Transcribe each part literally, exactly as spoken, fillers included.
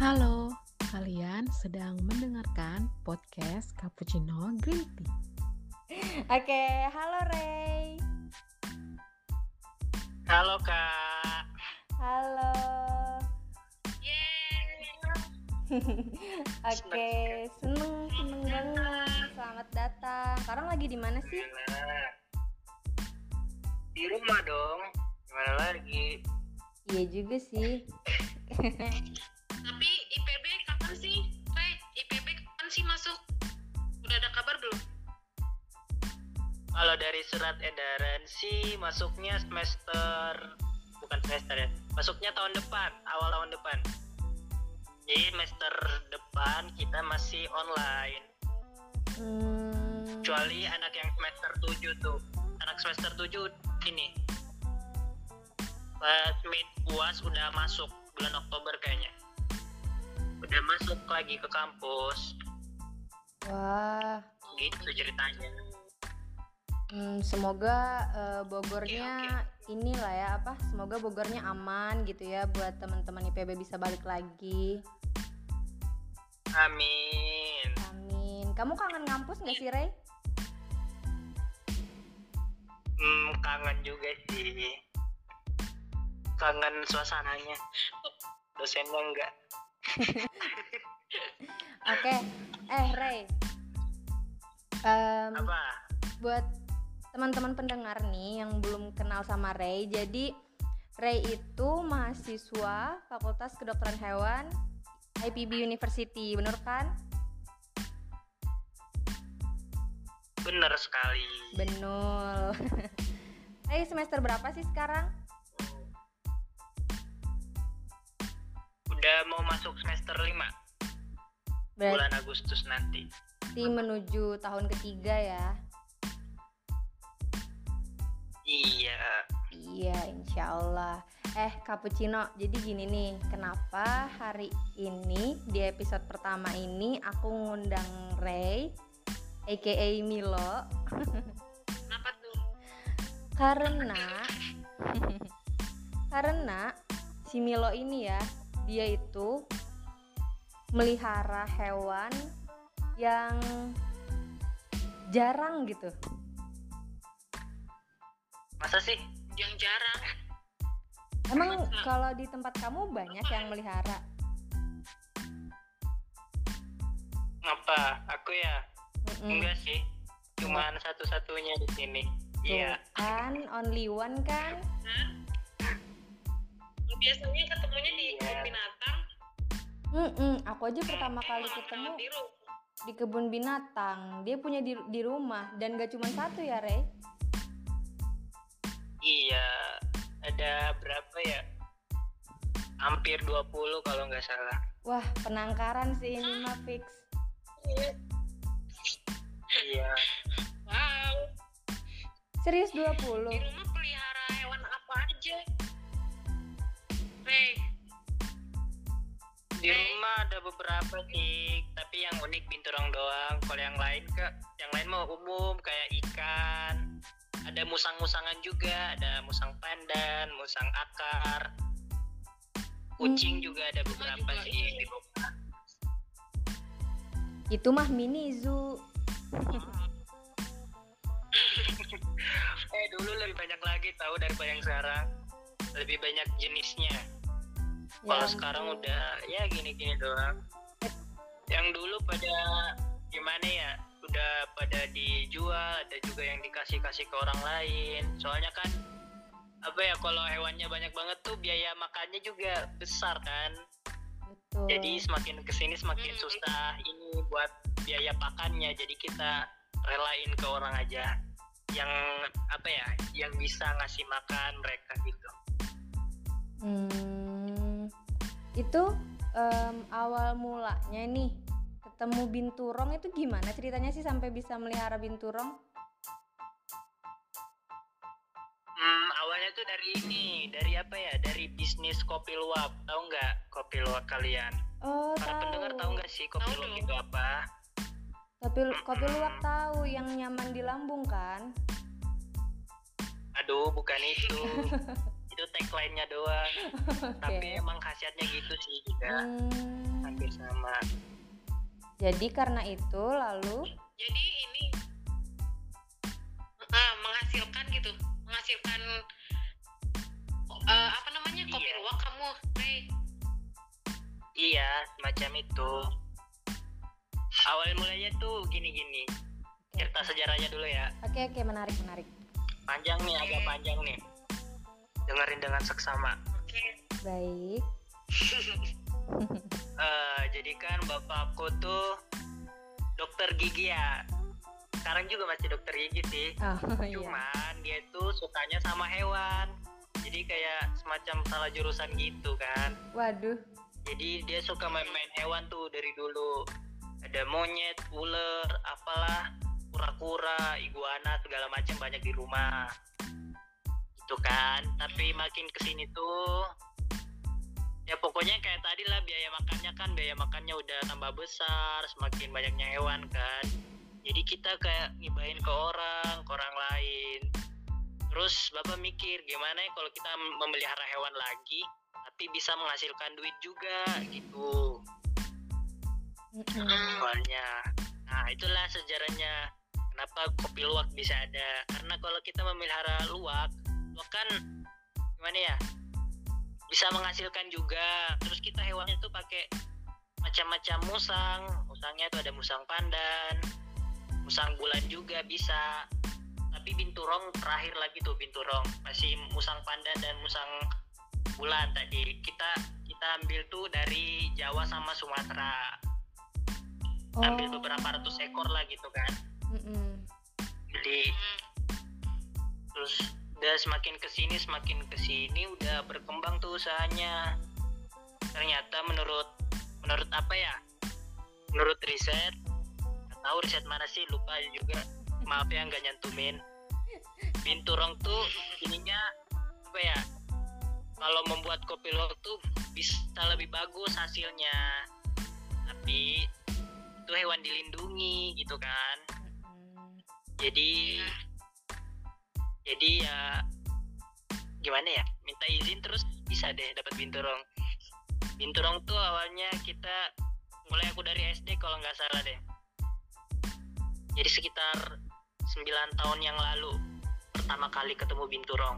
Halo, kalian sedang mendengarkan podcast Cappuccino Green Tea. Oke, halo Ray. Halo Kak. Halo. Yeay. Oke, seneng seneng banget. Selamat datang. Sekarang lagi di mana sih? Gimana? Di rumah dong. Gimana lagi? Iya juga sih. Tapi I P B kapan sih? Ray, I P B kapan sih masuk? Udah ada kabar belum? Kalau dari surat edaran sih masuknya semester bukan semester ya. Masuknya tahun depan, awal tahun depan. Jadi semester depan kita masih online. Hmm, Kecuali anak yang semester tujuh tuh. Anak semester tujuh ini. Pas mid U A S udah masuk bulan Oktober kayaknya. Udah masuk lagi ke kampus. wah. Gitu ceritanya. Hmm, semoga eh, Bogornya Oke, inilah ya apa? Semoga Bogornya aman gitu ya buat teman-teman I P B bisa balik lagi. Amin. Amin. Kamu kangen ngampus nggak sih Ray? Hmm, kangen juga sih. Kangen suasananya. Dosennya enggak. Oke. Eh Ray. Em, Apa? buat teman-teman pendengar nih yang belum kenal sama Ray, jadi Ray itu mahasiswa Fakultas Kedokteran Hewan I P B University, bener kan? Bener sekali. Benul. Ray semester berapa sih sekarang? Udah mau masuk semester lima. Bulan Agustus nanti. Berarti menuju tahun ketiga ya. Iya. Iya, insya Allah. Eh, Cappuccino, jadi gini nih, kenapa hari ini di episode pertama ini aku ngundang Ray, aka Milo, Kenapa tuh? karena karena si Milo ini ya, dia itu melihara hewan yang jarang gitu. Masa sih? Yang jarang. Emang kalau di tempat kamu banyak yang melihara? Ngapa? Aku ya? Mm-mm. Enggak sih. Cuman satu-satunya di sini. Tuh Iya. kan, only one kan? Hah? Biasanya ketemunya di Iya. kebun binatang. Mm-mm, aku aja pertama kali malah ketemu di rumah. di kebun binatang. Dia punya di, di rumah dan gak cuma satu ya, Ray? Iya. Ada berapa ya? Hampir dua puluh kalau nggak salah. Wah, penangkaran sih ini mah fix. Iya. Wow. Serius dua puluh? Di rumah pelihara hewan apa aja? Ray, Di rumah ada beberapa sih, tapi yang unik binturong doang. Kalau yang lain ke, yang lain mau umum kayak ikan. Ada musang-musangan juga, ada musang pandan, musang akar. Kucing juga ada beberapa juga sih di rumah. Itu mah mini zoo. Eh dulu lebih banyak lagi tahu daripada yang sekarang. Lebih banyak jenisnya. Kalau Ya sekarang ampun. udah ya gini-gini doang. Yang dulu pada gimana ya? Udah pada dijual, ada juga yang dikasih-kasih ke orang lain. Soalnya kan apa ya, kalau hewannya banyak banget tuh biaya makannya juga besar kan. Betul. Jadi semakin kesini semakin Hmm. susah ini buat biaya pakannya. Jadi kita relain ke orang aja yang apa ya, yang bisa ngasih makan mereka gitu. Hmm, itu em, awal mulanya nih ketemu binturong itu gimana ceritanya sih sampai bisa melihara binturong? Hmm, awalnya tuh dari ini, dari apa ya? Dari bisnis kopi luwak. Tahu nggak kopi luwak kalian? Oh, Para tahu. pendengar tahu nggak sih kopi Tahu luwak dong. itu apa? Kopi kopi luwak tahu, yang nyaman di lambung kan? Aduh, bukan itu. Itu teh lainnya doang. Oke. Tapi emang khasiatnya gitu sih juga, Hmm, hampir sama. jadi karena itu lalu Jadi ini ah, menghasilkan gitu, menghasilkan eh, apa namanya kopi Iya. luwak kamu, Rey. Iya, semacam itu. Awal mulanya tuh gini-gini. Cerita sejarahnya dulu ya. Oke oke menarik menarik. Panjang nih, agak panjang nih. Dengerin dengan seksama. Oke. Baik. Eh, jadi kan bapakku tuh dokter gigi ya. Sekarang juga masih dokter gigi sih. Oh iya. Cuman dia tuh sukanya sama hewan. Jadi kayak semacam salah jurusan gitu kan. Waduh. Jadi dia suka main-main hewan tuh dari dulu. Ada monyet, ular, apalah, kura-kura, iguana, segala macam banyak di rumah. Itu kan. Tapi makin kesini tuh, ya pokoknya kayak tadi lah, biaya makannya kan, biaya makannya udah tambah besar, semakin banyaknya hewan kan. Jadi kita kayak ngibahin ke orang, ke orang lain. Terus bapak mikir gimana ya kalau kita memelihara hewan lagi, tapi bisa menghasilkan duit juga gitu. Mm-mm. Awalnya. Nah itulah sejarahnya kenapa kopi luwak bisa ada. Karena kalau kita memelihara luwak, luwak kan gimana ya, bisa menghasilkan juga. Terus kita hewannya tuh pakai macam-macam musang. Musangnya tuh ada musang pandan, musang bulan juga bisa. Tapi binturong terakhir lagi tuh, binturong masih musang pandan dan musang bulan tadi kita kita ambil tuh dari Jawa sama Sumatera. Oh. Ambil beberapa ratus ekor lah gitu kan. Mm-mm. Jadi terus udah semakin kesini semakin kesini udah berkembang tuh usahanya. Ternyata menurut menurut apa ya, menurut riset, nggak tahu riset mana sih, lupa juga, maaf ya nggak nyantumin. Binturong tuh ininya apa ya, kalau membuat kopi luwak tuh bisa lebih bagus hasilnya, tapi itu hewan dilindungi gitu kan. Mm-mm. Jadi jadi ya gimana ya, minta izin terus bisa deh dapat binturong. Binturong tuh awalnya kita mulai aku dari S D kalau nggak salah deh. Jadi sekitar sembilan tahun yang lalu pertama kali ketemu binturong.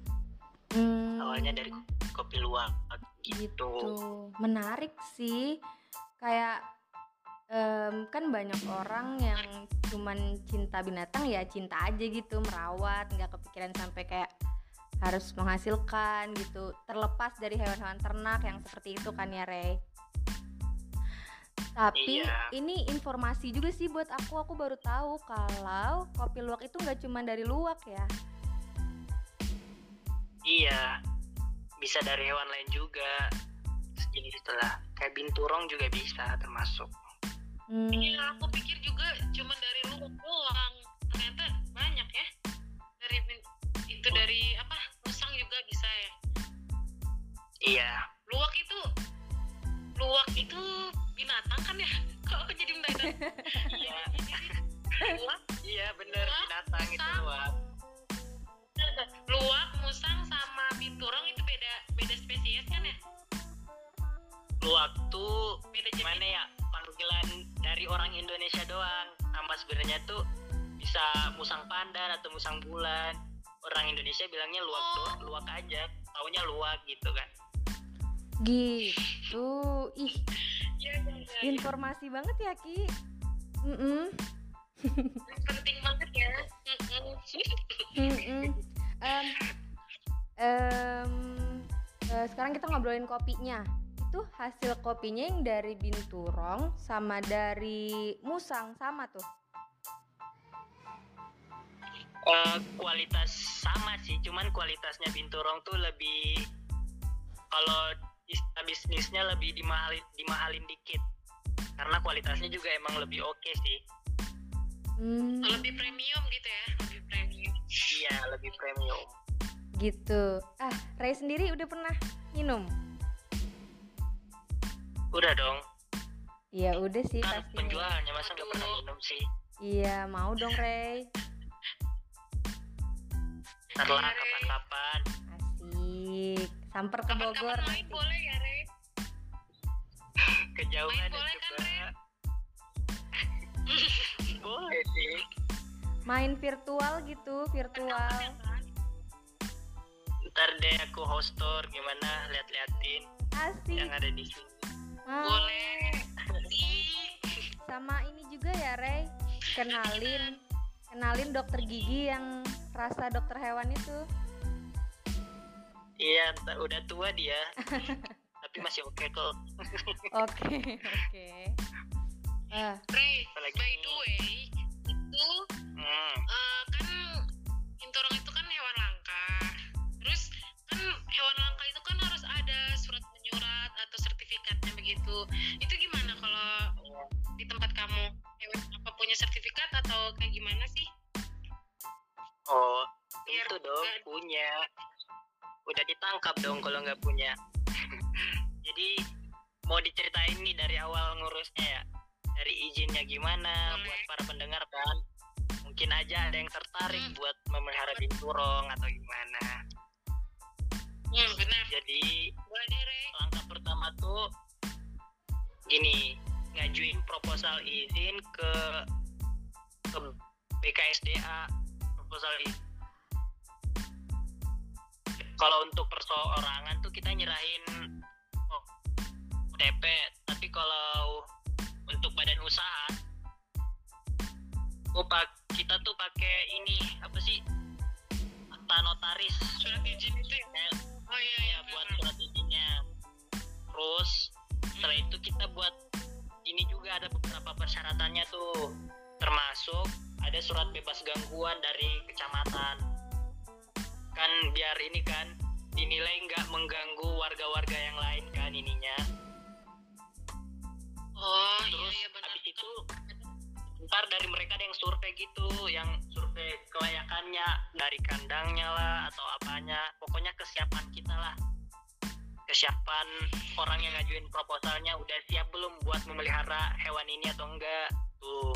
Hmm, Awalnya dari kopi luwak gitu. gitu. Menarik sih. Kayak em, kan banyak orang yang cuman cinta binatang ya cinta aja gitu, merawat, nggak kepikiran sampai kayak harus menghasilkan gitu, terlepas dari hewan-hewan ternak yang seperti itu kan ya Rey. Tapi Iya. ini informasi juga sih buat aku, aku baru tahu kalau kopi luwak itu nggak cuma dari luwak ya. Iya, bisa dari hewan lain juga. Jadi itulah kayak binturong juga bisa termasuk. Hmm, Iya, aku pikir juga cuma dari luwak doang. Ternyata banyak ya. Dari bin- itu dari apa? Musang juga bisa ya. Iya, Luwak itu luwak itu binatang kan ya? Kok aku jadi mendadak? iya, Luwak, iya bener, Luwak, binatang itu musang. luwak. luwak, musang sama binturong itu beda beda spesies kan ya? Luwak tuh Beda gimana jenis. ya, panggilan dari orang Indonesia doang. Nama sebenarnya tuh bisa musang pandan atau musang bulan. Orang Indonesia bilangnya luwak Oh. doang, luwak aja. Taunya luwak gitu kan. gitu. Ih, Iya, iya, iya, iya. informasi banget ya Ki. Mm-mm. Penting banget ya. Mm-mm. Mm-mm. Em, em, eh, sekarang kita ngobrolin kopinya. Itu hasil kopinya yang dari binturong sama dari musang sama tuh. Eh, kualitas sama sih, cuman kualitasnya binturong tuh lebih, kalau istilah bisnisnya lebih dimahalin, dimahalin dikit. Karena kualitasnya juga emang lebih oke sih. Hmm, Lebih premium gitu ya, lebih premium. Iya, lebih premium. gitu. Ah, Ray sendiri udah pernah minum? Udah dong, Iya udah sih kan pastinya. penjualnya masa nggak pernah minum sih. Iya mau dong Ray. Ntar lah Iya, Rey. kapan-kapan. Asik. Samper ke Bogor Kapan-kapan main nanti. boleh ya, Re? Kejauhan Main ya boleh kan, coba. Re? Boleh sih. Main virtual gitu, virtual. Ya kan? Ntar deh aku host tour gimana lihat-lihatin Asik. yang ada di sini. Mau. Boleh. Ih, Sama ini juga ya, Rey. Kenalin. Kenalin dokter gigi yang rasa dokter hewan itu. Iya, ntar udah tua dia. Tapi masih oke kok. Oke, oke. Eh, Re, Apalagi- by the way, itu Hmm. eh, kan binturong itu kan hewan langka. Terus kan hewan langka itu kan harus ada surat menyurat atau sertifikatnya begitu. Itu gimana kalau di tempat kamu? Hewan apa punya sertifikat atau kayak gimana sih? Oh, Biar itu dong nggak- punya. Udah ditangkap dong kalau nggak punya. Jadi mau diceritain nih dari awal ngurusnya ya. Dari izinnya gimana Boleh. buat para pendengar kan. Mungkin aja ada yang tertarik Hmm. buat memelihara binturong atau gimana. Hmm, benar. Jadi Boleh deh, Re. langkah pertama tuh gini, ngajuin proposal izin ke ke B K S D A, proposal izin. Kalau untuk perseorangan tuh kita nyerahin oh, O T P, tapi kalau untuk badan usaha oh, pak kita tuh pakai ini apa sih, akta notaris. Surat izin itu ya? Eh, Oh iya, ya iya, buat benar. surat izinnya. Terus setelah itu kita buat ini juga ada beberapa persyaratannya tuh, termasuk ada surat bebas gangguan dari kecamatan kan, biar ini kan dinilai nggak mengganggu warga-warga yang lain kan ininya. Oh iya, Terus iya benar. habis itu ntar dari mereka ada yang survei gitu, yang survei kelayakannya dari kandangnya lah atau apanya, pokoknya kesiapan kita lah, kesiapan orang yang ngajuin proposalnya udah siap belum buat memelihara hewan ini atau enggak tuh.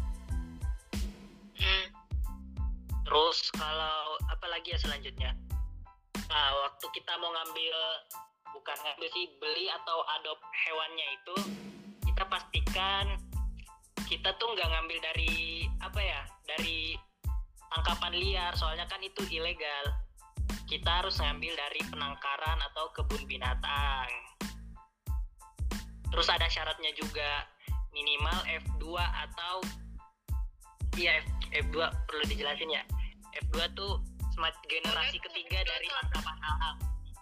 Hmm. Terus kalau apa lagi ya selanjutnya, nah waktu kita mau ngambil, bukan ngambil sih, beli atau adopt hewannya itu, kita pastikan kita tuh nggak ngambil dari apa ya, dari tangkapan liar, soalnya kan itu ilegal. Kita harus ngambil dari penangkaran atau kebun binatang. Terus ada syaratnya juga, minimal F dua atau iya F, F2 perlu dijelasin ya. F dua tuh semacam generasi ketiga dari tangkapan alam.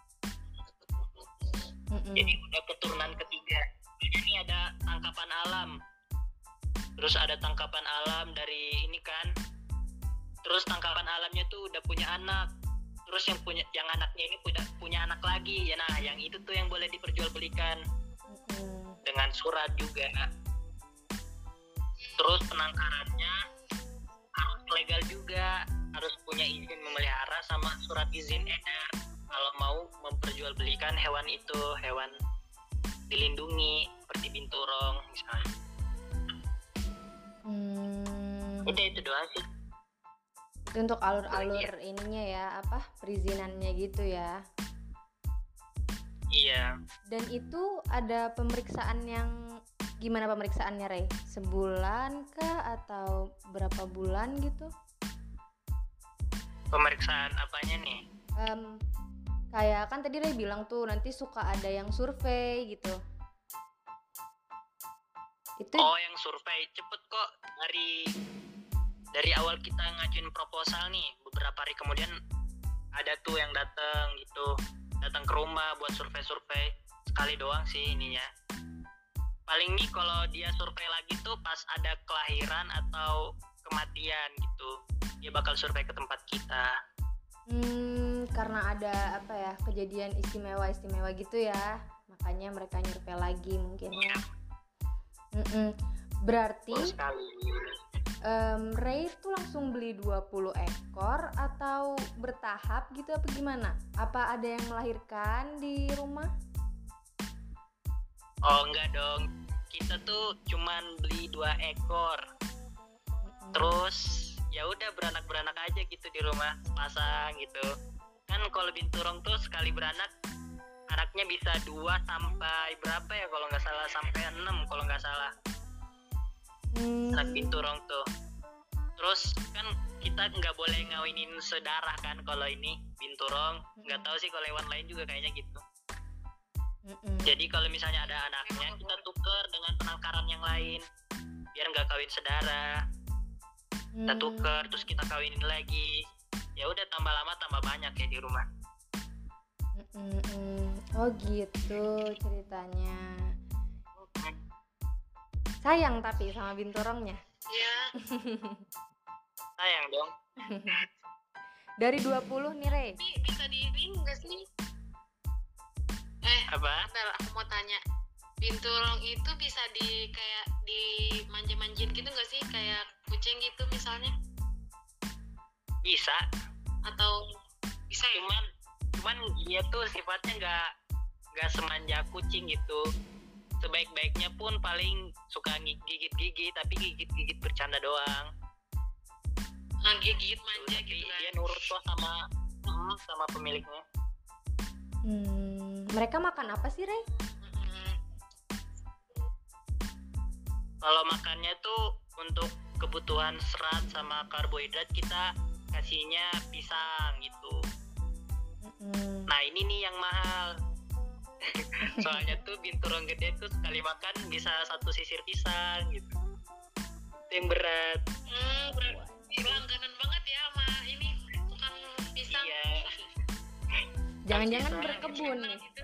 mm-mm. Jadi udah keturunan ketiga. Jadi ini ada tangkapan alam. Terus ada tangkapan alam dari ini kan. Terus tangkapan alamnya tuh udah punya anak. Terus yang punya yang anaknya ini punya punya anak lagi. Ya nah, yang itu tuh yang boleh diperjualbelikan Mm-mm. dengan surat juga. Terus penangkarannya harus legal juga, harus punya izin memelihara sama surat izin edar kalau mau memperjualbelikan hewan itu, hewan dilindungi seperti binturong misalnya. Hmm, Udah itu doang sih. itu untuk alur-alur ininya ya, apa perizinannya gitu ya. Iya. Dan itu ada pemeriksaan yang gimana pemeriksaaannya, Rey? Sebulan kah atau berapa bulan gitu? Pemeriksaan apanya nih? Em, kayak kan tadi Rey bilang tuh nanti suka ada yang survei gitu. Itu Oh, yang survei cepet kok, dari dari awal kita ngajuin proposal nih, beberapa hari kemudian ada tuh yang datang gitu, datang ke rumah buat survei-survei. Sekali doang sih ininya. Paling nih kalau dia survei lagi tuh pas ada kelahiran atau kematian gitu, dia bakal survei ke tempat kita. hmm, karena ada apa ya kejadian istimewa-istimewa gitu ya, makanya mereka nyurvei lagi mungkin ya. Mm-mm. Berarti Betul sekali. em, Ray tuh langsung beli dua puluh ekor atau bertahap gitu apa gimana? Apa ada yang melahirkan di rumah? Oh enggak dong, kita tuh cuman beli dua ekor. Mm-mm. Terus ya udah beranak-beranak aja gitu di rumah, pasang gitu. Kan kalau binturong tuh sekali beranak anaknya bisa dua sampai berapa ya kalau nggak salah, sampai enam kalau nggak salah. Hmm. Anak binturong tuh. Terus kan kita nggak boleh ngawinin saudara kan kalau ini binturong. Nggak tahu sih kalau hewan lain juga kayaknya gitu. Mm-mm. Jadi kalau misalnya ada anaknya, kita tuker dengan penangkaran yang lain biar nggak kawin saudara. Kita Hmm. tuker terus kita kawinin lagi. Ya udah, tambah lama tambah banyak ya di rumah. Mm-mm. Oh gitu ceritanya. Sayang tapi sama binturongnya. Ya, Sayang dong. Dari dua puluh nih Rey. tapi bisa diinin nggak sih? Eh, Apa? bentar, aku mau tanya. Binturong itu bisa di kayak dimanja-manjin gitu nggak sih? Kayak kucing gitu misalnya? Bisa. Atau bisa ya? Cuman cuman dia tuh sifatnya nggak nggak semanja kucing gitu. Sebaik-baiknya pun paling suka gigit-gigit, tapi gigit-gigit bercanda doang. Ah, gigit manja Tapi gitu kan? dia nurut kok sama hmm, sama pemiliknya. Hmm. Mereka makan apa sih Rey? Mm-mm. Kalau makannya tuh untuk kebutuhan serat sama karbohidrat kita kasihnya pisang gitu. Mm-mm. Nah ini nih yang mahal. Soalnya tuh binturong gede tuh sekali makan bisa satu sisir pisang gitu. Itu yang berat. Hmm, berarti langganan banget ya sama ini tukang pisang. Iya. Jangan-jangan Pisang. berkebun nih. Gitu.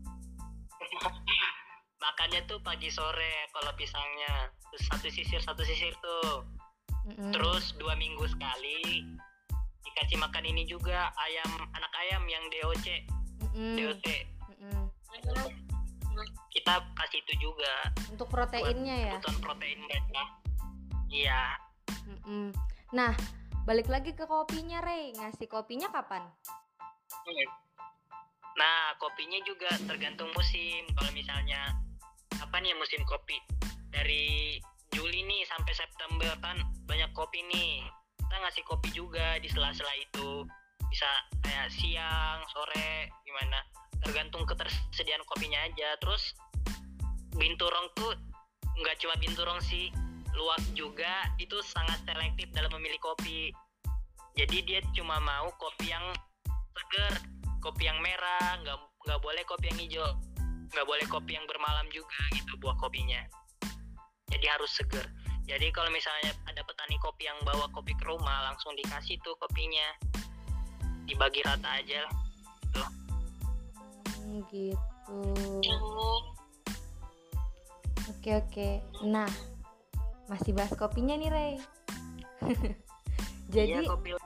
Makannya tuh pagi sore kalau pisangnya. Terus satu sisir satu sisir tuh. Mm-mm. Terus dua minggu sekali dikasih makan ini juga, ayam, anak ayam yang D O C. Mm-mm. D O C. Mm-mm. Kita kasih itu juga. Untuk proteinnya ya. Kebutuhan protein mereka. Iya. Mm-mm. Nah, balik lagi ke kopinya Rey. Ngasih kopinya kapan? Nah, kopinya juga tergantung musim. Kalau misalnya apa nih musim kopi? Dari Juli nih sampai September kan banyak kopi nih. Kita ngasih kopi juga di sela-sela itu. Bisa kayak siang, sore, gimana? Tergantung ketersediaan kopinya aja. Terus binturong tuh nggak cuma binturong sih, luwak juga itu sangat selektif dalam memilih kopi. Jadi dia cuma mau kopi yang seger, kopi yang merah, nggak nggak boleh kopi yang hijau, nggak boleh kopi yang bermalam juga gitu buah kopinya. Jadi harus seger. Jadi kalau misalnya ada petani kopi yang bawa kopi ke rumah, langsung dikasih tuh kopinya, dibagi rata aja lah. Tuh. Hmm, gitu. Oh, Oke oke. Nah, masih bahas kopinya nih Rey. Jadi Iya, kopi